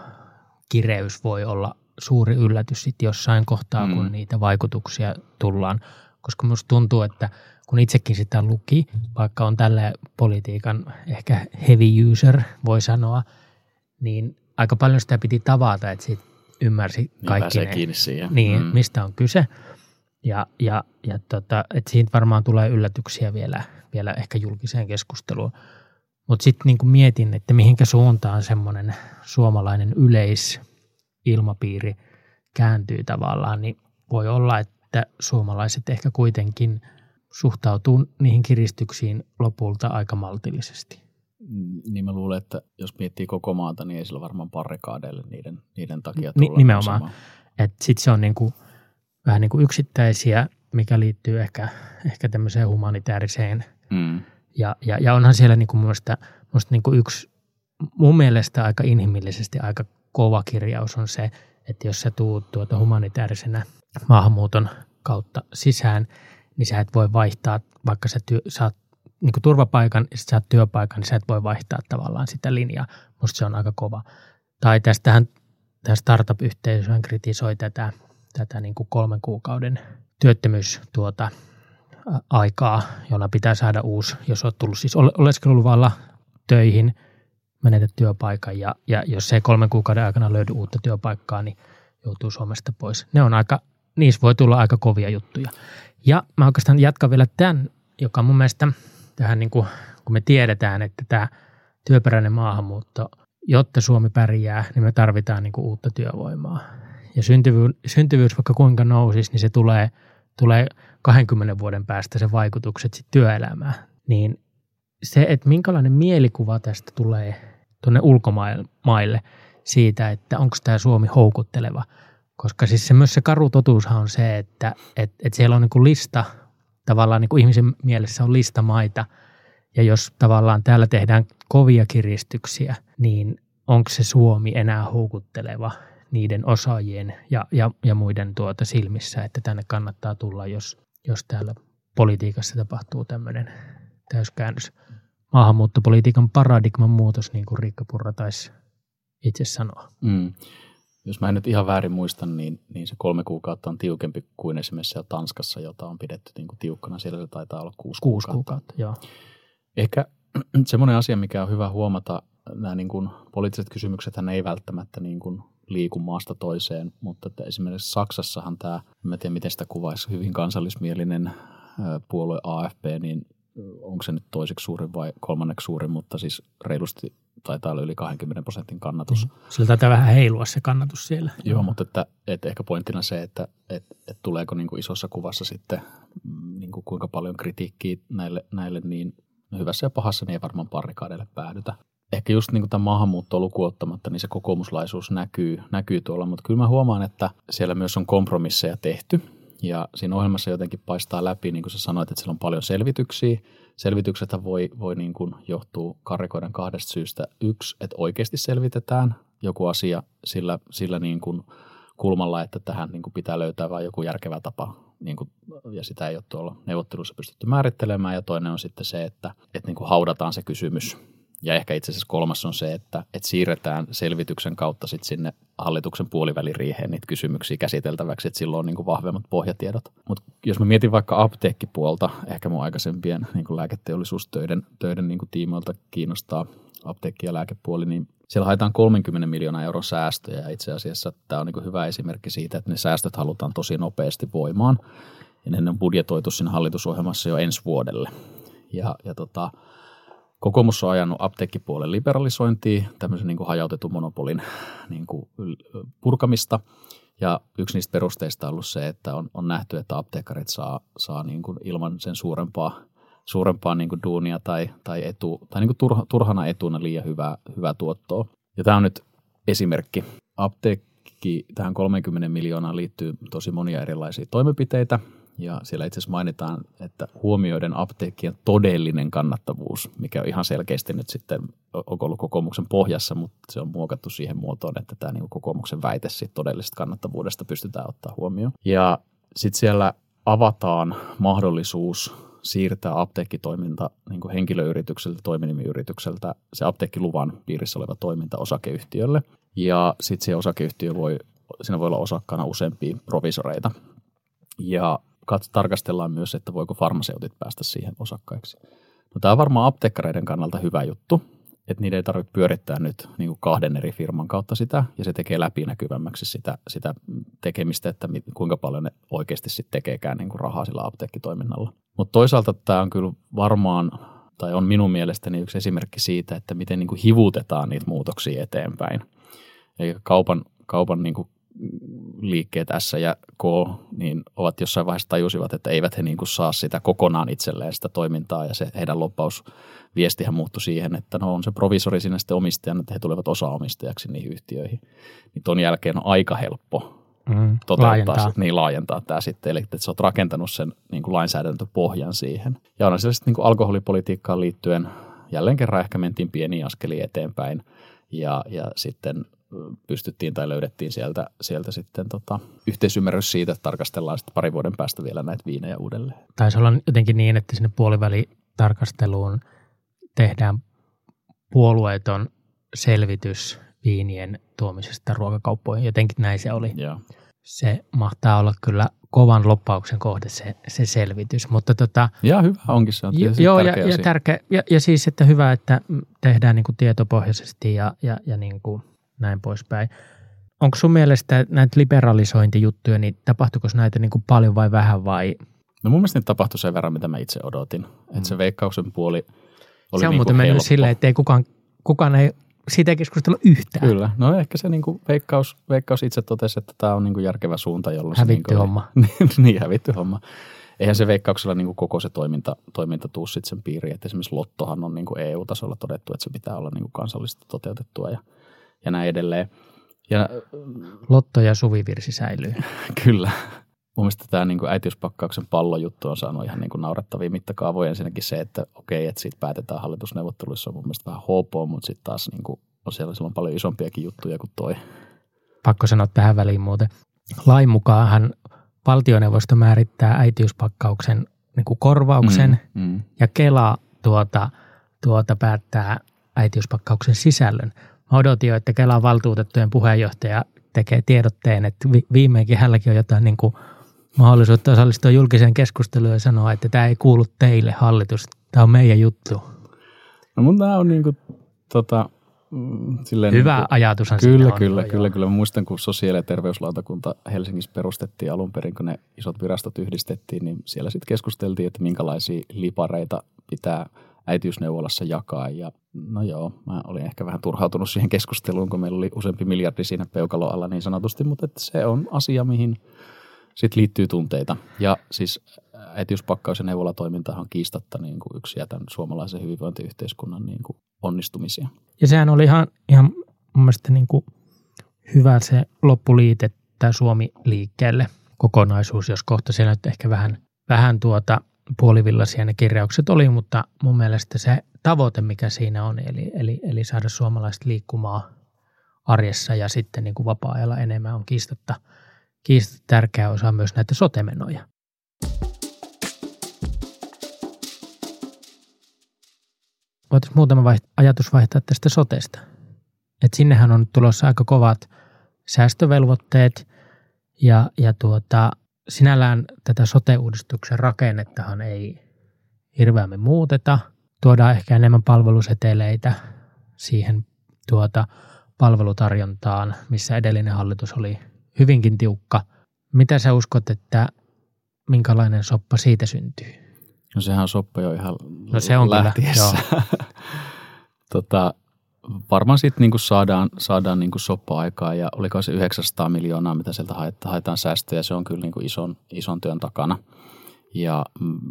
kireys voi olla suuri yllätys sitten jossain kohtaa, mm. kun niitä vaikutuksia tullaan. Koska musta tuntuu, että kun itsekin sitä luki, vaikka on tällä politiikan ehkä heavy user, voi sanoa, niin aika paljon sitä piti tavata, että siitä ymmärsi kaikki niin ne, kiinni siihen. Niin, mm. mistä on kyse. Ja, ja, ja tota, että siitä varmaan tulee yllätyksiä vielä, vielä ehkä julkiseen keskusteluun. Mutta sitten niin mietin, että mihinkä suuntaan semmoinen suomalainen yleisilmapiiri kääntyy tavallaan, niin voi olla, että suomalaiset ehkä kuitenkin suhtautuu niihin kiristyksiin lopulta aika maltillisesti. Niin mä luulen, että jos miettii koko maata, niin ei sillä varmaan barrikaadeille niiden, niiden takia tulla. Nimenomaan. Sitten se on niinku, vähän niin kuin yksittäisiä, mikä liittyy ehkä, ehkä tämmöiseen humanitaariseen. Mm. Ja, ja, ja onhan siellä niinku musta, musta niinku yksi mun mielestä aika inhimillisesti aika kova kirjaus on se, että jos sä tuut tuota humanitaarisena maahanmuuton kautta sisään, niin sä et voi vaihtaa, vaikka sä työ, saat niin kuin turvapaikan ja sit saat työpaikan, niin sä et voi vaihtaa tavallaan sitä linjaa. Musta se on aika kova. Tai tästähän tämä startup-yhteisöhän kritisoi tätä, tätä niin kuin kolmen kuukauden työttömyys tuota, ä, aikaa, jolla pitää saada uusi, jos olet tullut siis oleskeluluvalla töihin, menetät työpaikan ja, ja jos ei kolmen kuukauden aikana löydy uutta työpaikkaa, niin joutuu Suomesta pois. Ne on aika, niissä voi tulla aika kovia juttuja. Ja mä oikeastaan jatkan vielä tämän, joka mun mielestä tähän niin kuin, kun me tiedetään, että tämä työperäinen maahanmuutto, jotta Suomi pärjää, niin me tarvitaan niin kuin uutta työvoimaa. Ja syntyvyys, syntyvyys vaikka kuinka nousisi, niin se tulee, tulee kahdenkymmenen vuoden päästä se vaikutukset sitten työelämään. Niin se, että minkälainen mielikuva tästä tulee tuonne ulkomaille siitä, että onko tämä Suomi houkutteleva. Koska siis se, myös se karu totuushan on se, että et, et siellä on niin kuin lista, tavallaan niin kuin ihmisen mielessä on lista maita, ja jos tavallaan täällä tehdään kovia kiristyksiä, niin onko se Suomi enää houkutteleva niiden osaajien ja, ja, ja muiden tuota silmissä, että tänne kannattaa tulla, jos, jos täällä politiikassa tapahtuu tämmöinen täyskäännös. Maahanmuuttopolitiikan paradigman muutos, niin kuin Riikka Purra taisi itse sanoa. Mm. Jos mä en nyt ihan väärin muista, niin, niin se kolme kuukautta on tiukempi kuin esimerkiksi siellä Tanskassa, jota on pidetty niin kuin tiukkana. Siellä se taitaa olla kuusi, kuusi kuukautta. kuukautta. Joo. Ehkä semmoinen asia, mikä on hyvä huomata, nämä niin kuin poliittiset kysymyksethän ei välttämättä niin kuin liiku maasta toiseen, mutta että esimerkiksi Saksassahan tämä, en tiedä miten sitä kuvaisi, hyvin kansallismielinen puolue A F P, niin onko se nyt toiseksi suurin vai kolmanneksi suurin, mutta siis reilusti taitaa olla yli kaksikymmentä prosentin kannatus. Mm. Sillä taitaa vähän heilua se kannatus siellä. Joo, mutta että, että ehkä pointtina se, että, että, että tuleeko niin kuin isossa kuvassa sitten niin kuin kuinka paljon kritiikkiä näille, näille niin hyvässä ja pahassa, niin ei varmaan barrikaadeille päädytä. Ehkä just niin kuin tämän maahanmuuttoa lukuun ottamatta, niin se kokoomuslaisuus näkyy, näkyy tuolla, mutta kyllä mä huomaan, että siellä myös on kompromisseja tehty. Ja siinä ohjelmassa jotenkin paistaa läpi, niin kuin sä sanoit, että siellä on paljon selvityksiä. Selvityksethän voi, voi niin kuin johtua karrikoiden kahdesta syystä. Yksi, että oikeasti selvitetään joku asia sillä, sillä niin kuin kulmalla, että tähän niin kuin pitää löytää vain joku järkevä tapa. Niin kuin, ja sitä ei ole tuolla neuvottelussa pystytty määrittelemään. Ja toinen on sitten se, että, että niin kuin haudataan se kysymys. Ja ehkä itse asiassa kolmas on se, että, että siirretään selvityksen kautta sit sinne hallituksen puoliväliriiheen niitä kysymyksiä käsiteltäväksi, että silloin on niin kuin vahvemmat pohjatiedot. Mutta jos mä mietin vaikka apteekkipuolta, ehkä mun aikaisempien niin kuin lääketeollisuustöiden töiden niin kuin tiimoilta kiinnostaa apteekki- ja lääkepuoli, niin siellä haetaan kolmekymmentä miljoonaa euroa säästöjä. Ja itse asiassa tämä on niin kuin hyvä esimerkki siitä, että ne säästöt halutaan tosi nopeasti voimaan. Ja ne on budjetoitu siinä hallitusohjelmassa jo ensi vuodelle. Ja, ja tota... Kokoomus on ajanut apteekkipuolen liberalisointia, tämmöisen niin kuin hajautetun monopolin niin kuin purkamista. Ja yksi niistä perusteista on ollut se, että on, on nähty, että apteekkarit saa, saa niin kuin ilman sen suurempaa, suurempaa niin kuin duunia tai, tai, etu, tai niin kuin turha, turhana etuna liian hyvää, hyvää tuottoa. Ja tämä on nyt esimerkki. Apteekki tähän kolmekymmentä miljoonaan liittyy tosi monia erilaisia toimenpiteitä. Ja siellä itse asiassa mainitaan, että huomioiden apteekkien todellinen kannattavuus, mikä on ihan selkeästi nyt sitten on ollut kokoomuksen pohjassa, mutta se on muokattu siihen muotoon, että tämä niin kuin kokoomuksen väite siitä todellisesta kannattavuudesta pystytään ottaa huomioon. Ja sitten siellä avataan mahdollisuus siirtää apteekkitoiminta niin kuin henkilöyritykseltä, toiminimiyritykseltä, se apteekkiluvan piirissä oleva toiminta osakeyhtiölle. Ja sitten se osakeyhtiö voi, siinä voi olla osakkaana useampia provisoreita. Ja tarkastellaan myös, että voiko farmaseutit päästä siihen osakkaiksi. No, tämä on varmaan apteekkareiden kannalta hyvä juttu, että niiden ei tarvitse pyörittää nyt niin kuin kahden eri firman kautta sitä, ja se tekee läpinäkyvämmäksi sitä, sitä tekemistä, että kuinka paljon ne oikeasti sitten tekeekään niin kuin rahaa sillä apteekkitoiminnalla. Mutta toisaalta tämä on kyllä varmaan, tai on minun mielestäni yksi esimerkki siitä, että miten niin kuin hivutetaan niitä muutoksia eteenpäin. Eli kaupan, kaupan niin kuin liikkeet S ja K niin ovat jossain vaiheessa tajusivat, että eivät he niin kuin saa sitä kokonaan itselleen sitä toimintaa, ja se heidän lobbausviestihän muuttui siihen, että no on se provisori siinä sitten omistajana, että he tulevat osaomistajaksi niihin yhtiöihin. Niin ton jälkeen on aika helppo mm, toteuttaa, laajentaa. Niin laajentaa tämä sitten, eli että sä oot rakentanut sen niin kuin lainsäädäntöpohjan siihen. Ja on siellä sitten niin kuin alkoholipolitiikkaan liittyen jälleen kerran ehkä mentiin pieniä askelia eteenpäin, ja, ja sitten pystyttiin tai löydettiin sieltä, sieltä sitten tota, yhteisymmärrys siitä, että tarkastellaan sitten parin vuoden päästä vielä näitä viinejä uudelleen. Taisi olla jotenkin niin, että sinne puolivälitarkasteluun tehdään puolueeton selvitys viinien tuomisesta ruokakauppoihin. Jotenkin näin se oli. Joo. Se mahtaa olla kyllä kovan loppauksen kohde se, se selvitys. Mutta tota, ja hyvä onkin se. On joo, tärkeä ja, ja, tärkeä, ja, ja siis, että hyvä, että tehdään niin kuin tietopohjaisesti ja, ja, ja niin kuin näin poispäin. Onko sun mielestä näitä liberalisointijuttuja, niin tapahtuiko näitä niin kuin paljon vai vähän vai? No mun mielestä tapahtui sen verran, mitä mä itse odotin. Mm. Että se Veikkauksen puoli oli se on niin muuten mennyt helppo. Silleen, että ei kukaan, kukaan ei siitä ei keskustella yhtään. Kyllä. No ehkä se niin kuin Veikkaus, Veikkaus itse totesi, että tämä on niin kuin järkevä suunta. Jolloin hävitty se homma. Niin, niin, hävitty homma. Eihän se Veikkauksella niin kuin koko se toiminta, toiminta tuu sitten sen piiriin. Että esimerkiksi Lottohan on niin kuin E U-tasolla todettu, että se pitää olla niin kuin kansallisesti toteutettua ja ja näin edelleen. Ja, Lotto ja Suvivirsi säilyy. Kyllä. Mun mielestä tämä niin kuin äitiyspakkauksen pallojuttu on saanut ihan niin kuin naurettavia mittakaavoja. Ensinnäkin se, että okei, että siitä päätetään hallitusneuvotteluissa on mun mielestä vähän hopoa, mutta sitten taas niin kuin, on siellä on paljon isompiakin juttuja kuin toi. Pakko sanoa tähän väliin muuten. Lain mukaanhan valtioneuvosto määrittää äitiyspakkauksen niin kuin korvauksen mm, mm. ja Kela tuota, tuota päättää äitiyspakkauksen sisällön. Mä odotin jo, että Kelan valtuutettujen puheenjohtaja tekee tiedotteen, että vi- viimeinkin hänelläkin on jotain niin kuin mahdollisuutta osallistua julkiseen keskusteluun ja sanoa, että tämä ei kuulu teille hallitus, tämä on meidän juttu. No mun tämä on niin kuin, tota, silleen, hyvä niin kuin, ajatushan kyllä, siinä on. Kyllä, joo. kyllä, kyllä. Mä muistan, kun sosiaali- ja terveyslautakunta Helsingissä perustettiin alun perin, kun ne isot virastot yhdistettiin, niin siellä sitten keskusteltiin, että minkälaisia lipareita pitää äitiysneuvolassa jakaa. Ja no joo, mä olin ehkä vähän turhautunut siihen keskusteluun, kun meillä oli useampi miljardi siinä peukalon alla niin sanotusti, mutta että se on asia, mihin sitten liittyy tunteita. Ja siis äitiyspakkaus- ja neuvolatoimintahan on kiistatta niin kuin yksi ja tämän suomalaisen hyvinvointiyhteiskunnan niin kuin onnistumisia. Ja sehän oli ihan, ihan mun mielestä niin kuin hyvä se loppuliite, tämä Suomi liikkeelle kokonaisuus, jos kohta siellä nyt ehkä vähän, vähän tuota puolivillaisia ne kirjaukset oli, mutta mun mielestä se tavoite, mikä siinä on, eli, eli, eli saada suomalaiset liikkumaan arjessa ja sitten niin kuin vapaa-ajalla enemmän on kiistatta, kiistatta tärkeä osa myös näitä sote-menoja. Voitaisiin muutama vaiht- ajatus vaihtaa tästä sotesta. Et sinnehän on tulossa aika kovat säästövelvoitteet ja, ja tuota, sinällään tätä sote-uudistuksen rakennettahan ei hirveämmin muuteta. Tuodaan ehkä enemmän palveluseteleitä siihen tuota palvelutarjontaan, missä edellinen hallitus oli hyvinkin tiukka. Mitä sä uskot, että minkälainen soppa siitä syntyy? No sehän on soppa jo ihan no se on lähtiessä. Kyllä, tota, varmaan sitten niinku saadaan, saadaan niinku soppa-aikaa ja oliko se yhdeksänsataa miljoonaa, mitä sieltä haetaan säästöjä. Se on kyllä niinku ison, ison työn takana. Ja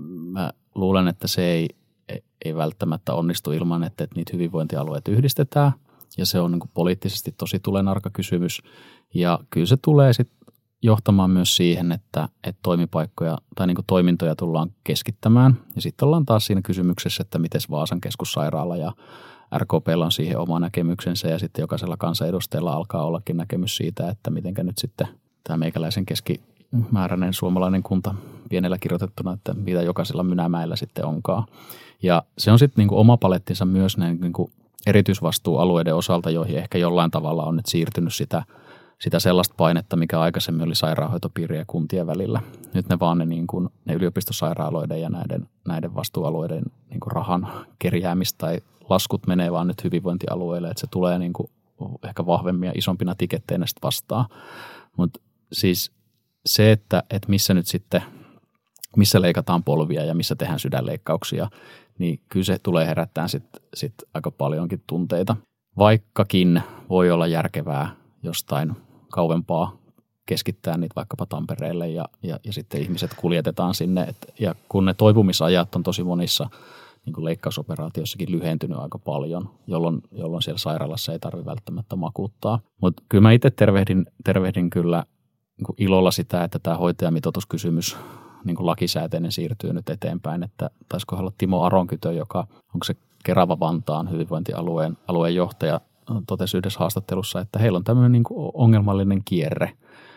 mä luulen, että se ei, ei välttämättä onnistu ilman, että, että niitä hyvinvointialueet yhdistetään. Ja se on niinku poliittisesti tosi tulenarka kysymys. Ja kyllä se tulee sitten johtamaan myös siihen, että, että toimipaikkoja tai niin kuin toimintoja tullaan keskittämään. Ja sitten ollaan taas siinä kysymyksessä, että miten Vaasan keskussairaala ja R K P:llä on siihen oma näkemyksensä ja sitten jokaisella kansanedustajalla alkaa ollakin näkemys siitä, että mitenkä nyt sitten tämä meikäläisen keskimääräinen suomalainen kunta pienellä kirjoitettuna, että mitä jokaisella Mynämäellä sitten onkaan. Ja se on sitten niin kuin oma palettinsa myös näin niin kuin erityisvastuualueiden osalta, joihin ehkä jollain tavalla on nyt siirtynyt sitä sitä sellaista painetta, mikä aikaisemmin oli sairaanhoitopiirien ja kuntien välillä. Nyt ne vaan ne, niin kuin, ne yliopistosairaaloiden ja näiden, näiden vastuualueiden niin kuin rahan kerjäämistä tai laskut menee vaan nyt hyvinvointialueille, että se tulee niin kuin ehkä vahvemmin ja isompina tiketteinä sitten vastaan. Mutta siis se, että, että missä nyt sitten, missä leikataan polvia ja missä tehdään sydänleikkauksia, niin kyllä se tulee herättämään sitten sit aika paljonkin tunteita. Vaikkakin voi olla järkevää jostain kauempaa keskittää niitä vaikkapa Tampereelle ja, ja, ja sitten ihmiset kuljetetaan sinne. Et, ja kun ne toipumisajat on tosi monissa niin kuin leikkausoperaatiossakin lyhentynyt aika paljon, jolloin, jolloin siellä sairaalassa ei tarvitse välttämättä makuuttaa. Mutta kyllä mä itse tervehdin, tervehdin kyllä niin kuin ilolla sitä, että tämä hoitajamitoituskysymys niin kuin lakisääteinen siirtyy nyt eteenpäin. Että taisiko olla Timo Aronkytö, joka onko se Kerava-Vantaan hyvinvointialueen alueen johtaja, totesi yhdessä haastattelussa, että heillä on tämmöinen niin kuin ongelmallinen kierre,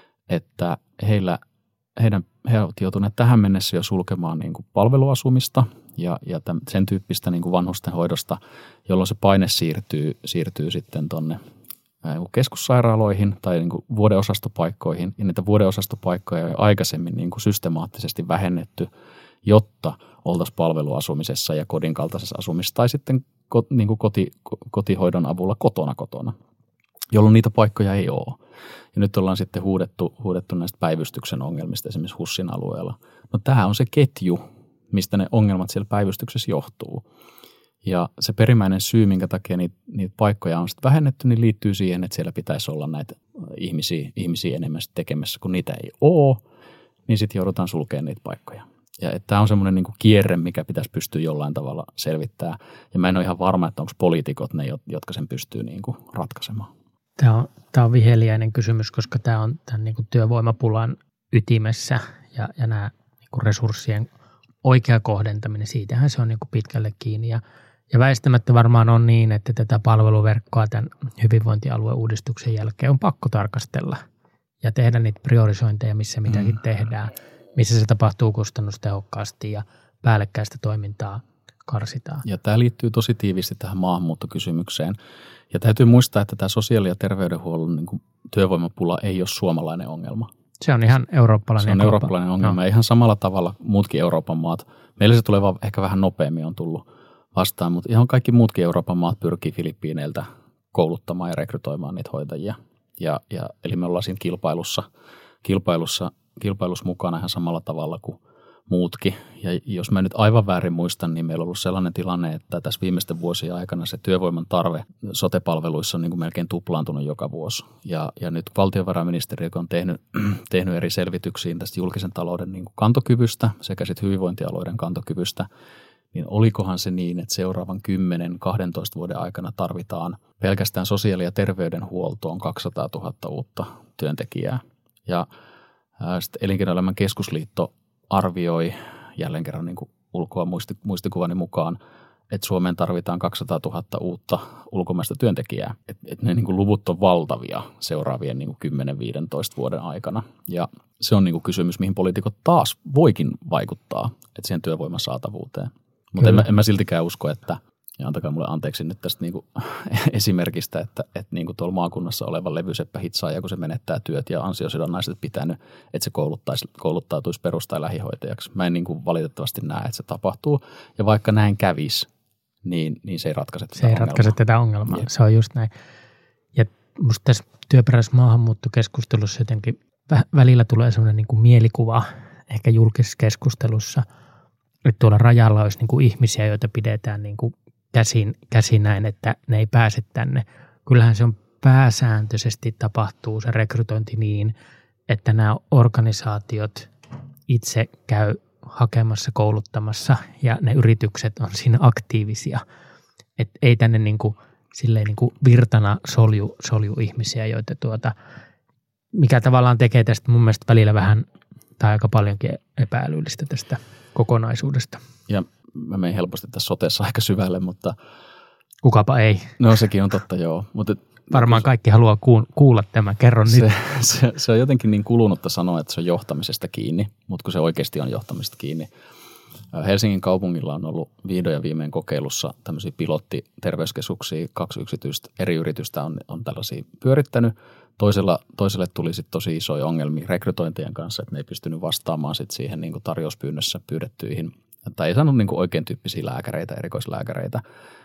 että heillä, heidän, he ovat joutuneet tähän mennessä jo sulkemaan niin kuin palveluasumista ja, ja tämän, sen tyyppistä niin kuin vanhusten hoidosta, jolloin se paine siirtyy, siirtyy sitten tuonne keskussairaaloihin tai niin kuin vuodeosastopaikkoihin. Ja niitä vuodeosastopaikkoja on aikaisemmin niin kuin systemaattisesti vähennetty, jotta oltaisiin palveluasumisessa ja kodin kaltaisessa asumisessa tai sitten niin kuin koti, kotihoidon avulla kotona kotona, jolloin niitä paikkoja ei ole. Ja nyt ollaan sitten huudettu, huudettu näistä päivystyksen ongelmista esimerkiksi HUSin alueella. No tämä on se ketju, mistä ne ongelmat siellä päivystyksessä johtuu. Ja se perimmäinen syy, minkä takia niitä, niitä paikkoja on sitten vähennetty, niin liittyy siihen, että siellä pitäisi olla näitä ihmisiä, ihmisiä enemmän tekemässä, kun niitä ei ole, niin sitten joudutaan sulkemaan niitä paikkoja. Ja tämä on semmoinen niin kuin kierre, mikä pitäisi pystyä jollain tavalla selvittämään. Ja mä en ole ihan varma, että onko poliitikot ne, jotka sen pystyy niin kuin ratkaisemaan. Tämä on, tämä on viheliäinen kysymys, koska tämä on tämän niin kuin työvoimapulan ytimessä ja, ja nämä niin kuin resurssien oikea kohdentaminen, siitähän se on niin kuin pitkälle kiinni. Ja, ja väistämättä varmaan on niin, että tätä palveluverkkoa tämän hyvinvointialueuudistuksen jälkeen on pakko tarkastella ja tehdä niitä priorisointeja, missä mitäkin mm. tehdään. Missä se tapahtuu kustannustehokkaasti ja päällekkäistä toimintaa karsitaan. Ja tämä liittyy tosi tiiviisti tähän maahanmuuttokysymykseen. Ja täytyy muistaa, että tämä sosiaali- ja terveydenhuollon niin kuin työvoimapula ei ole suomalainen ongelma. Se on ihan eurooppalainen. Se on eurooppalainen ongelma. No. Ihan samalla tavalla muutkin Euroopan maat. Meillä se tulee vaan ehkä vähän nopeammin on tullut vastaan, mutta ihan kaikki muutkin Euroopan maat pyrkii Filippiineiltä kouluttamaan ja rekrytoimaan niitä hoitajia. Ja, ja, eli me ollaan siinä kilpailussa, kilpailussa, kilpailussa mukana ihan samalla tavalla kuin muutkin. Ja jos mä nyt aivan väärin muistan, niin meillä on ollut sellainen tilanne, että tässä viimeisten vuosien aikana se työvoiman tarve sote-palveluissa on niin kuin melkein tuplaantunut joka vuosi. Ja, ja nyt valtiovarainministeriö on tehnyt, tehnyt eri selvityksiä tästä julkisen talouden niin kuin kantokyvystä sekä sitten hyvinvointialueiden kantokyvystä, niin olikohan se niin, että seuraavan kymmenen kaksitoista vuoden aikana tarvitaan pelkästään sosiaali- ja terveydenhuoltoon kaksisataatuhatta uutta työntekijää. Ja sitten Elinkeinoelämän keskusliitto arvioi jälleen kerran niin kuin ulkoa muisti, muistikuvani mukaan, että Suomeen tarvitaan kaksisataatuhatta uutta ulkomaista työntekijää. Et, et ne niin kuin luvut on valtavia seuraavien niin kuin kymmenen viisitoista vuoden aikana. Ja se on niin kuin kysymys, mihin poliitikot taas voikin vaikuttaa, että siihen työvoiman saatavuuteen. Mutta en, en mä siltikään usko, että, ja antakaa mulle anteeksi nyt tästä niin kuin esimerkistä, että, että niin kuin tuolla maakunnassa oleva levyseppä hitsaaja, kun se menettää työt ja ansiosidonnaiset pitänyt, että se kouluttautuisi perus- tai lähihoitajaksi. Mä en niin kuin valitettavasti näe, että se tapahtuu. Ja vaikka näin kävisi, niin, niin se ei ratkaise tätä se ei ongelmaa. ratkaise tätä ongelmaa. Jep. Se on just näin. Ja musta tässä työperäisessä maahanmuuttokeskustelussa jotenkin välillä tulee sellainen niin kuin mielikuva ehkä julkisessa keskustelussa, että tuolla rajalla olisi niin kuin ihmisiä, joita pidetään niin kuin käsin, käsin näin, että ne ei pääse tänne. Kyllähän se on pääsääntöisesti tapahtuu se rekrytointi niin, että nämä organisaatiot itse käy hakemassa, kouluttamassa ja ne yritykset on siinä aktiivisia. Että ei tänne niin kuin, silleen niin kuin virtana solju, solju ihmisiä, joita tuota, mikä tavallaan tekee tästä mun mielestä välillä vähän tai aika paljonkin epä-älyllistä tästä kokonaisuudesta. Ja mä menen helposti tässä sotessa aika syvälle, mutta kukapa ei. No sekin on totta, joo. Mutta varmaan kaikki haluaa kuulla tämän. Kerron se, nyt. Se, se on jotenkin niin kulunutta sanoa, että se on johtamisesta kiinni, mutta kun se oikeasti on johtamisesta kiinni. Helsingin kaupungilla on ollut vihdoin ja viimein kokeilussa tämmöisiä pilottiterveyskeskuksia. Kaksi yksityistä eri yritystä on, on tällaisia pyörittänyt. Toisella, toiselle tuli sitten tosi isoja ongelmia rekrytointien kanssa, että ne ei pystynyt vastaamaan sit siihen niin kuin tarjouspyynnössä pyydettyihin, tai ei saanut niin kuin oikein tyyppisiä lääkäreitä, erikoislääkäreitä.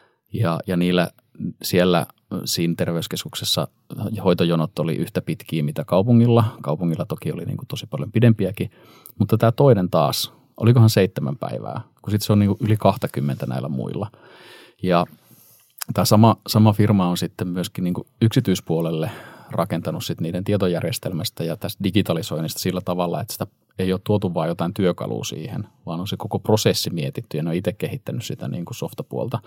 Ja, ja niillä siellä siinä terveyskeskuksessa hoitojonot oli yhtä pitkiä mitä kaupungilla. Kaupungilla toki oli niin kuin tosi paljon pidempiäkin, mutta tämä toinen taas, olikohan seitsemän päivää, kun sitten se on niin kuin yli kaksikymmentä näillä muilla. Ja tämä sama, sama firma on sitten myöskin niin kuin yksityispuolelle rakentanut sit niiden tietojärjestelmästä ja tästä digitalisoinnista sillä tavalla, että sitä ei ole tuotu vaan jotain työkalua siihen, vaan on se koko prosessi mietitty ja ne on itse kehittänyt sitä niin kuin softapuolta.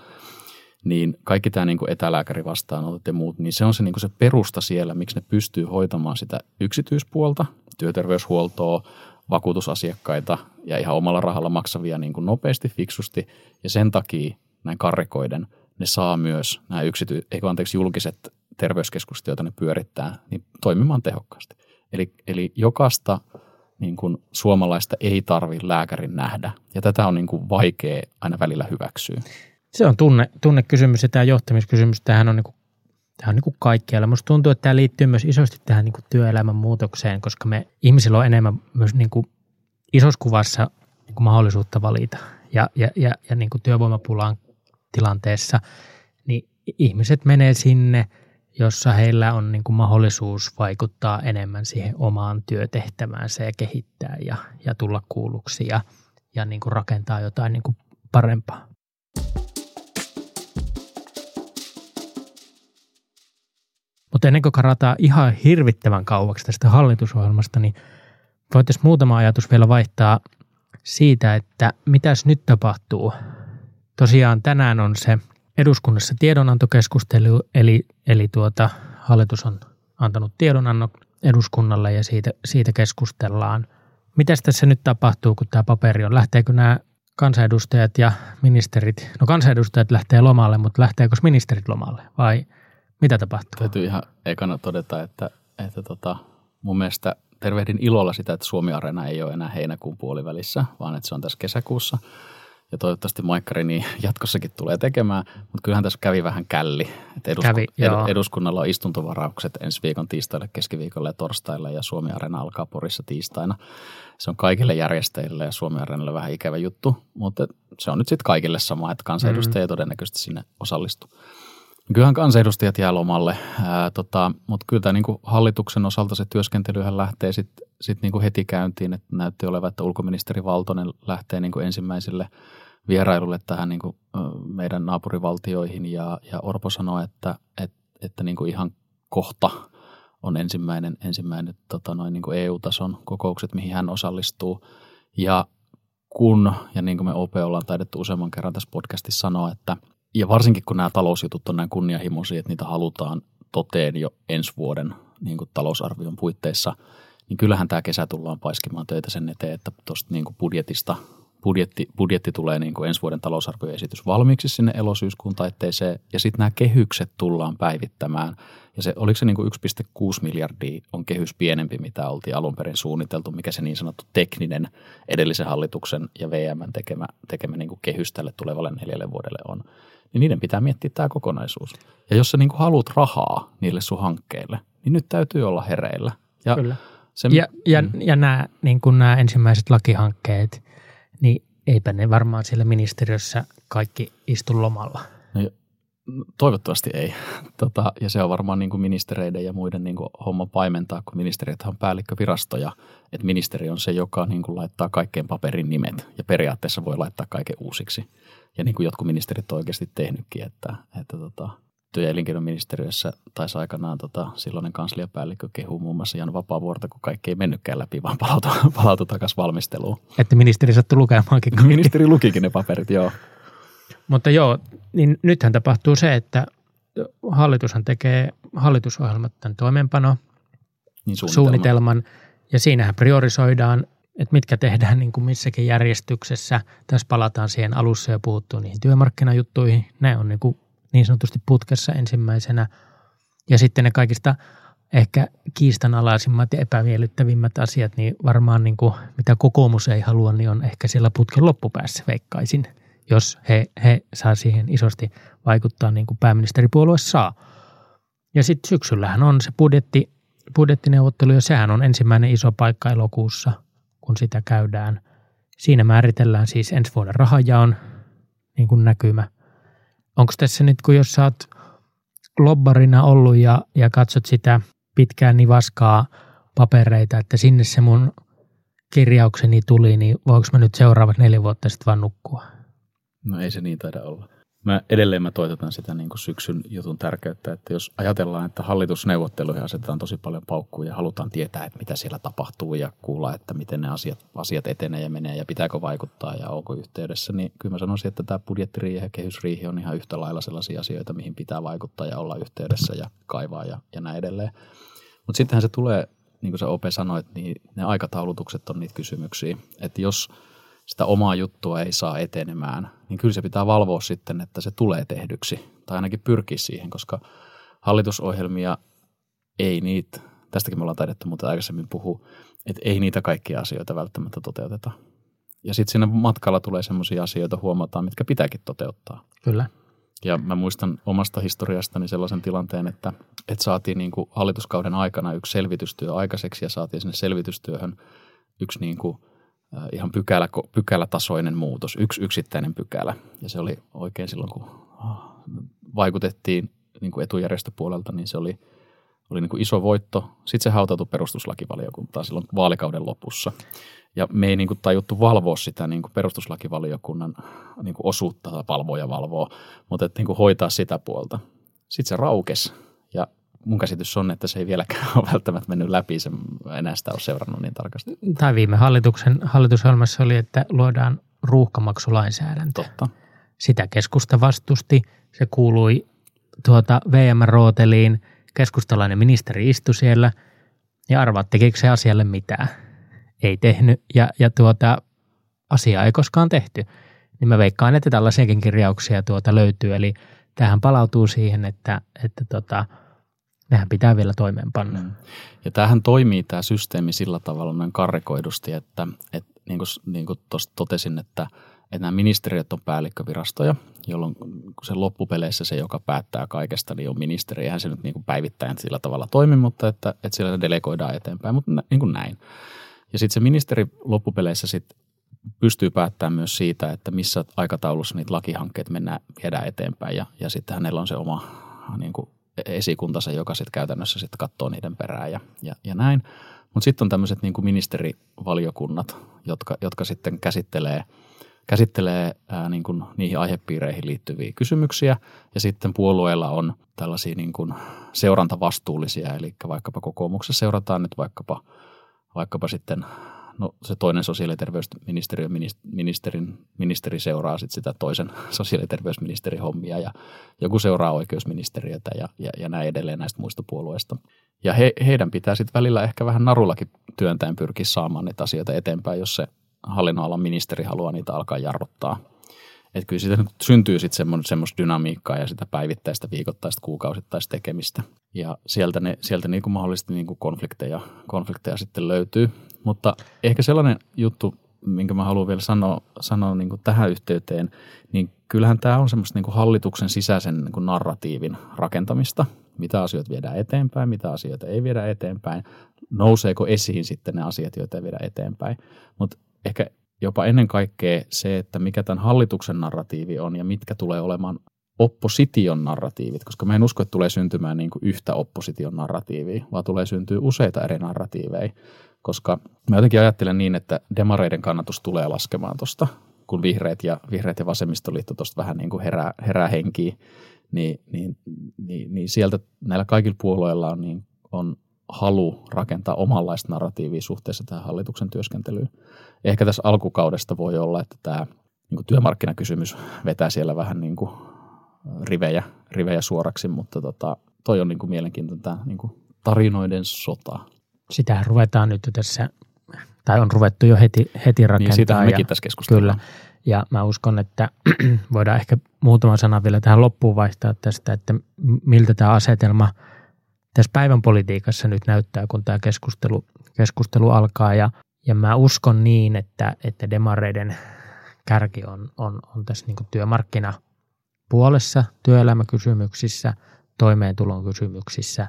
Niin kaikki tämä niin kuin etälääkäri vastaanotot ja muut, niin se on se, niin kuin se perusta siellä, miksi ne pystyy hoitamaan sitä yksityispuolta, työterveyshuoltoa, vakuutusasiakkaita ja ihan omalla rahalla maksavia niin kuin nopeasti, fiksusti. Ja sen takia näin karrikoiden ne saa myös nämä yksity- eikö anteeksi, julkiset terveyskeskukset, joita ne pyörittää, niin toimimaan tehokkaasti. Eli, eli jokaista niin kuin suomalaista ei tarvitse lääkärin nähdä. Ja tätä on niin kuin vaikea aina välillä hyväksyä. Se on tunne, tunnekysymys ja tämä johtamiskysymys, tämähän on, niin kuin, tämä on niin kuin kaikkialla. Musta tuntuu, että tämä liittyy myös isosti tähän niin kuin työelämän muutokseen, koska me ihmisillä on enemmän myös niin kuin isossa kuvassa niin kuin mahdollisuutta valita. Ja, ja, ja, ja niin kuin työvoimapulaan tilanteessa, niin ihmiset menee sinne, jossa heillä on niin kuin mahdollisuus vaikuttaa enemmän siihen omaan työtehtäväänsä ja kehittää ja, ja tulla kuulluksi ja, ja niin kuin rakentaa jotain niin kuin parempaa. Mutta ennen kuin karataan ihan hirvittävän kauaksi tästä hallitusohjelmasta, niin voitaisiin muutama ajatus vielä vaihtaa siitä, että mitäs nyt tapahtuu. Tosiaan tänään on se eduskunnassa tiedonantokeskustelu, eli, eli tuota, hallitus on antanut tiedonannon eduskunnalle ja siitä, siitä keskustellaan. Mitäs tässä nyt tapahtuu, kun tämä paperi on? Lähteekö nämä kansanedustajat ja ministerit, no kansanedustajat lähtee lomalle, mutta lähteekö ministerit lomalle vai mitä tapahtuu? Täytyy ihan ekana todeta, että, että tota, mun mielestä tervehdin ilolla sitä, että Suomi-areena ei ole enää heinäkuun puolivälissä, vaan että se on tässä kesäkuussa. Ja toivottavasti Maikkarini jatkossakin tulee tekemään, mutta kyllähän tässä kävi vähän källi. Että edusku- kävi, ed- eduskunnalla on istuntovaraukset ensi viikon tiistaille, keskiviikolle ja torstaille ja Suomi-areena alkaa Porissa tiistaina. Se on kaikille järjestäjille ja Suomi-areenalle vähän ikävä juttu, mutta se on nyt sitten kaikille sama, että kansanedustajia mm-hmm. todennäköisesti sinne osallistuu. Kyllähän kansanedustajat jää lomalle, ää, tota, mutta kyllä tämä niinku hallituksen osalta se työskentelyhän lähtee sitten sit niinku heti käyntiin, että näytti olevan, että ulkoministeri Valtonen lähtee niinku ensimmäiselle vierailulle tähän niinku meidän naapurivaltioihin ja, ja Orpo sanoi, että, et, että niinku ihan kohta on ensimmäinen, ensimmäinen tota noin niinku E U-tason kokoukset, mihin hän osallistuu ja kun, ja niin kuin me O P ollaan taidettu useamman kerran tässä podcastissa sanoa, että ja varsinkin kun nämä talousjutut on näin kunnianhimoisia, että niitä halutaan toteen jo ensi vuoden niin kuin talousarvion puitteissa, niin kyllähän tämä kesä tullaan paiskimaan töitä sen eteen, että tuosta niin kuin budjetista, budjetti, budjetti tulee niin kuin ensi vuoden talousarvioesitys valmiiksi sinne elosyyskuun taitteeseen, ja sitten nämä kehykset tullaan päivittämään. Ja se, oliko se niin kuin yksi pilkku kuusi miljardia on kehys pienempi, mitä oltiin alun perin suunniteltu, mikä se niin sanottu tekninen edellisen hallituksen ja V M:n tekemä, tekemä niin kuin kehys tälle tulevalle neljälle vuodelle on. Niin niiden pitää miettiä tämä kokonaisuus. Ja jos sä niin kuin haluat rahaa niille sun hankkeille, niin nyt täytyy olla hereillä. Ja, Kyllä. Se, ja, ja, mm. ja nämä, niin kuin nämä ensimmäiset lakihankkeet, niin eipä ne varmaan siellä ministeriössä kaikki istu lomalla. No, toivottavasti ei. Tota, ja se on varmaan niin kuin ministereiden ja muiden niin kuin homma paimentaa, kun ministeriöt on päällikkövirastoja. Että ministeri on se, joka niin kuin laittaa kaikkeen paperin nimet ja periaatteessa voi laittaa kaiken uusiksi. Ja niin kuin jotkut ministerit on oikeasti tehnytkin, että, että tota, työ- ja elinkeinoministeriössä taisi aikanaan tota, silloinen kansliapäällikkö kehuu muun muassa Jan Vapaavuorta, kun kaikki ei mennytkään läpi, vaan palautui, palautui takaisin valmisteluun. Että ministeri sattui lukemaankin. Ministeri lukikin ne paperit, joo. Mutta joo, niin nythän tapahtuu se, että hallitushan tekee hallitusohjelmat tämän toimeenpano, niin suunnitelma. suunnitelman, ja siinähän priorisoidaan, että mitkä tehdään niin kuin missäkin järjestyksessä. Tässä palataan siihen alussa jo puhuttuun niihin työmarkkinajuttuihin. Ne on niin, kuin niin sanotusti putkessa ensimmäisenä. Ja sitten ne kaikista ehkä kiistanalaisimmat ja epämiellyttävimmät asiat, niin varmaan niin kuin, mitä kokoomus ei halua, niin on ehkä siellä putken loppupäässä, veikkaisin, jos he, he saa siihen isosti vaikuttaa niin kuin pääministeripuolue saa. Ja sitten syksyllähän on se budjetti, budjettineuvottelu, ja sehän on ensimmäinen iso paikka elokuussa, kun sitä käydään. Siinä määritellään siis ensi vuoden rahanjaon niin kuin näkymä. Onko tässä nyt, kun jos sä oot lobbarina ollut ja, ja katsot sitä pitkään nivaskaa papereita, että sinne se mun kirjaukseni tuli, niin voinko mä nyt seuraavat neljä vuotta sitten vaan nukkua? No ei se niin taida olla. Mä edelleen mä toitotan sitä niin kuin syksyn jutun tärkeyttä, että jos ajatellaan, että hallitusneuvotteluihin asetetaan tosi paljon paukkuja ja halutaan tietää, että mitä siellä tapahtuu ja kuulla, että miten ne asiat, asiat etenee ja menee ja pitääkö vaikuttaa ja onko yhteydessä, niin kyllä mä sanoisin, että tämä budjettiriihi ja kehysriihi on ihan yhtä lailla sellaisia asioita, mihin pitää vaikuttaa ja olla yhteydessä ja kaivaa ja, ja näin edelleen. Mutta sittenhän se tulee, niin kuin sä O P sanoit, niin ne aikataulutukset on niitä kysymyksiä, että jos sitä omaa juttua ei saa etenemään, niin kyllä se pitää valvoa sitten, että se tulee tehdyksi tai ainakin pyrkiä siihen, koska hallitusohjelmia ei niitä, tästäkin me ollaan taidettu muuten aikaisemmin puhua, että ei niitä kaikkia asioita välttämättä toteuteta. Ja sitten siinä matkalla tulee semmoisia asioita huomataan, mitkä pitääkin toteuttaa. Kyllä. Ja mä muistan omasta historiastani sellaisen tilanteen, että, että saatiin niin kuin hallituskauden aikana yksi selvitystyö aikaiseksi ja saatiin sinne selvitystyöhön yksi niin kuin ihan pykälä, pykälätasoinen muutos, yksi yksittäinen pykälä. Ja se oli oikein silloin, kun vaikutettiin niin kuin etujärjestöpuolelta, niin se oli, oli niin kuin iso voitto. Sitten se hautautui perustuslakivaliokuntaan silloin vaalikauden lopussa. Ja me ei niin kuin tajuttu valvoa sitä niin kuin perustuslakivaliokunnan niin kuin osuutta tai valvoa ja valvoa, mutta että niin kuin hoitaa sitä puolta. Sitten se raukesi ja mun käsitys on, että se ei vieläkään ole välttämättä mennyt läpi, se enää sitä ole seurannut niin tarkasti. Tai viime hallituksen hallitusohjelmassa oli, että luodaan ruuhkamaksulainsäädäntö. Totta. Sitä keskusta vastusti, se kuului tuota V M-rooteliin, keskustalainen ministeri istui siellä ja arvaat, tekikö se asialle mitään. Ei tehnyt ja, ja tuota, asiaa ei koskaan tehty. Niin mä veikkaan, että tällaisiakin kirjauksia tuota löytyy, eli tämähän palautuu siihen, että, että tota, nehän pitää vielä toimeenpanna. Mm. Ja tämähän toimii tämä systeemi sillä tavalla näin karrikoidusti, että, että niin kuin, niin kuin tuossa totesin, että, että nämä ministeriöt on päällikkövirastoja, jolloin se loppupeleissä se, joka päättää kaikesta, niin on ministeri. Eihän se nyt niin kuin päivittäin sillä tavalla toimi, mutta että, että siellä delegoidaan eteenpäin, mutta niin kuin näin. Ja sitten se ministeri loppupeleissä sitten pystyy päättämään myös siitä, että missä aikataulussa niitä lakihankkeet mennään, viedään eteenpäin ja, ja sitten hänellä on se oma, niin kuin esikuntansa, joka sitten käytännössä sitten katsoo niiden perään ja, ja, ja näin. Mutta sitten on tämmöiset niin kuin ministerivaliokunnat, jotka, jotka sitten käsittelee, käsittelee ää, niin kuin niihin aihepiireihin liittyviä kysymyksiä. Ja sitten puolueilla on tällaisia niin kuin seurantavastuullisia, eli vaikkapa kokoomuksessa seurataan nyt vaikkapa, vaikkapa sitten, no se toinen sosiaali- ja terveysministeriön ministerin, ministeri seuraa sitten sitä toisen sosiaali- ja terveysministerin hommia ja joku seuraa oikeusministeriötä ja, ja, ja näin edelleen näistä muista puolueista. Ja he, heidän pitää sitten välillä ehkä vähän narullakin työntäen pyrkiä saamaan niitä asioita eteenpäin, jos se hallinnonalan ministeri haluaa niitä alkaa jarruttaa. Että kyllä siitä syntyy sitten semmoista dynamiikkaa ja sitä päivittäistä, viikoittaista, kuukausittaista tekemistä. Ja sieltä, ne, sieltä niinku mahdollisesti niinku konflikteja, konflikteja sitten löytyy. Mutta ehkä sellainen juttu, minkä mä haluan vielä sanoa, sanoa niinku tähän yhteyteen, niin kyllähän tämä on semmoista niinku hallituksen sisäisen niinku narratiivin rakentamista. Mitä asioita viedään eteenpäin, mitä asioita ei viedä eteenpäin. Nouseeko esiin sitten ne asiat, joita ei viedä eteenpäin. Mutta ehkä jopa ennen kaikkea se, että mikä tämän hallituksen narratiivi on ja mitkä tulee olemaan opposition narratiivit, koska mä en usko, että tulee syntymään niin kuin yhtä opposition narratiivia, vaan tulee syntyä useita eri narratiiveja, koska mä jotenkin ajattelen niin, että demareiden kannatus tulee laskemaan tuosta, kun vihreät ja, vihreät ja vasemmistoliitto tuosta vähän niin kuin herää, herää henkiä, niin, niin, niin, niin sieltä näillä kaikilla puolueilla on, niin, on halu rakentaa omanlaista narratiivia suhteessa tähän hallituksen työskentelyyn. Ehkä tässä alkukaudesta voi olla, että tämä niin kuin työmarkkinakysymys vetää siellä vähän niin kuin rivejä, rivejä suoraksi, mutta tota, toi on niin kuin mielenkiintoinen tämä niin kuin tarinoiden sota. Sitähän ruvetaan nyt tässä, tai on ruvettu jo heti, heti rakentaa. Niin siitähän mekin tässä keskustellaan. Kyllä, ja mä uskon, että voidaan ehkä muutama sana vielä tähän loppuun vaihtaa tästä, että miltä tämä asetelma tässä päivän politiikassa nyt näyttää, kun tämä keskustelu, keskustelu alkaa. Ja, ja mä uskon niin, että, että demareiden kärki on, on, on tässä niin kuin työmarkkinapuolessa, työelämäkysymyksissä, toimeentulon kysymyksissä.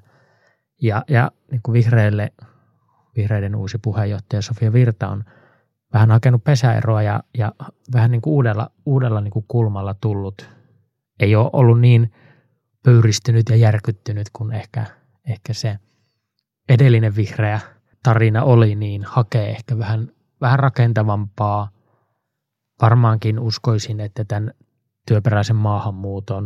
Ja, ja niin kuin vihreille, vihreiden uusi puheenjohtaja Sofia Virta on vähän hakenut pesäeroa ja, ja vähän niin kuin uudella, uudella niin kuin kulmalla tullut. Ei ole ollut niin pöyristynyt ja järkyttynyt kuin ehkä Ehkä se edellinen vihreä tarina oli, niin hakee ehkä vähän, vähän rakentavampaa. Varmaankin uskoisin, että tämän työperäisen maahanmuuton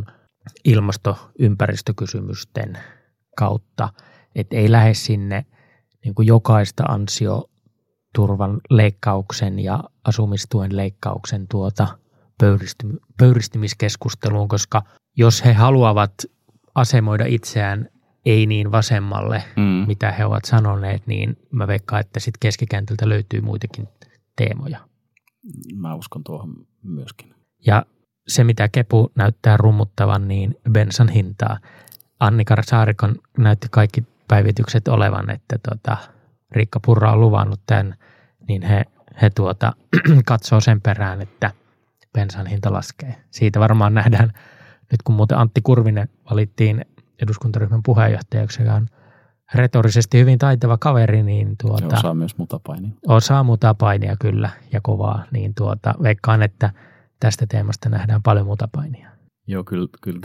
ilmasto-ympäristökysymysten kautta, että ei lähde sinne niin kuin jokaista ansioturvan leikkauksen ja asumistuen leikkauksen tuota pöyristy- pöyristymiskeskusteluun, koska jos he haluavat asemoida itseään ei niin vasemmalle, mm. mitä he ovat sanoneet, niin mä veikkaan, että sitten keskikentältä löytyy muitakin teemoja. Mä uskon tuohon myöskin. Ja se, mitä Kepu näyttää rummuttavan, niin bensan hintaa. Annika Saarikon näytti kaikki päivitykset olevan, että tota, Riikka Purra on luvannut tämän, niin he, he tuota, katsoo sen perään, että bensan hinta laskee. Siitä varmaan nähdään, nyt kun muuten Antti Kurvinen valittiin eduskuntaryhmän puheenjohtajaksi, joka on retorisesti hyvin taitava kaveri, niin tuota, osaa myös mutapainia. Osaa mutapainia kyllä ja kovaa, niin tuota, veikkaan, että tästä teemasta nähdään paljon mutapainia. Joo, kyllä, kyllä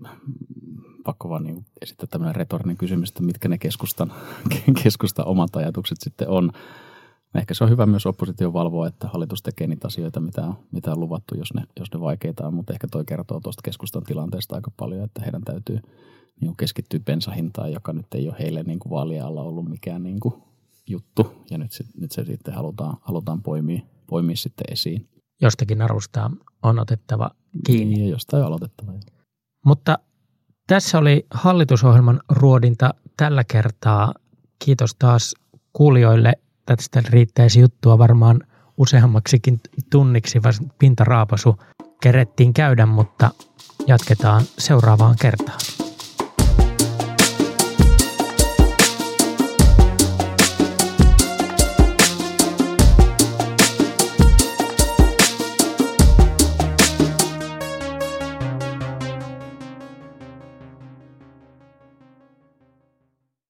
pakko vaan niin esittää tämmöinen retorinen kysymys, että mitkä ne keskustan, keskustan omat ajatukset sitten on. Ehkä se on hyvä myös opposition valvoa, että hallitus tekee niitä asioita, mitä on, mitä on luvattu, jos ne, jos ne vaikeita on, mutta ehkä toi kertoo tuosta keskustan tilanteesta aika paljon, että heidän täytyy niin keskittyä bensahintaan, joka nyt ei ole heille niin kuin vaalien alla ollut mikään niin kuin juttu, ja nyt se, nyt se sitten halutaan, halutaan poimia, poimia sitten esiin. Jostakin narusta on otettava kiinni. Niin, ja jostain on aloitettava. Mutta tässä oli hallitusohjelman ruodinta tällä kertaa. Kiitos taas kuulijoille. Tästä riittäisi juttua varmaan useammaksikin tunniksi, vaan pintaraapasu kerettiin käydä, mutta jatketaan seuraavaan kertaan.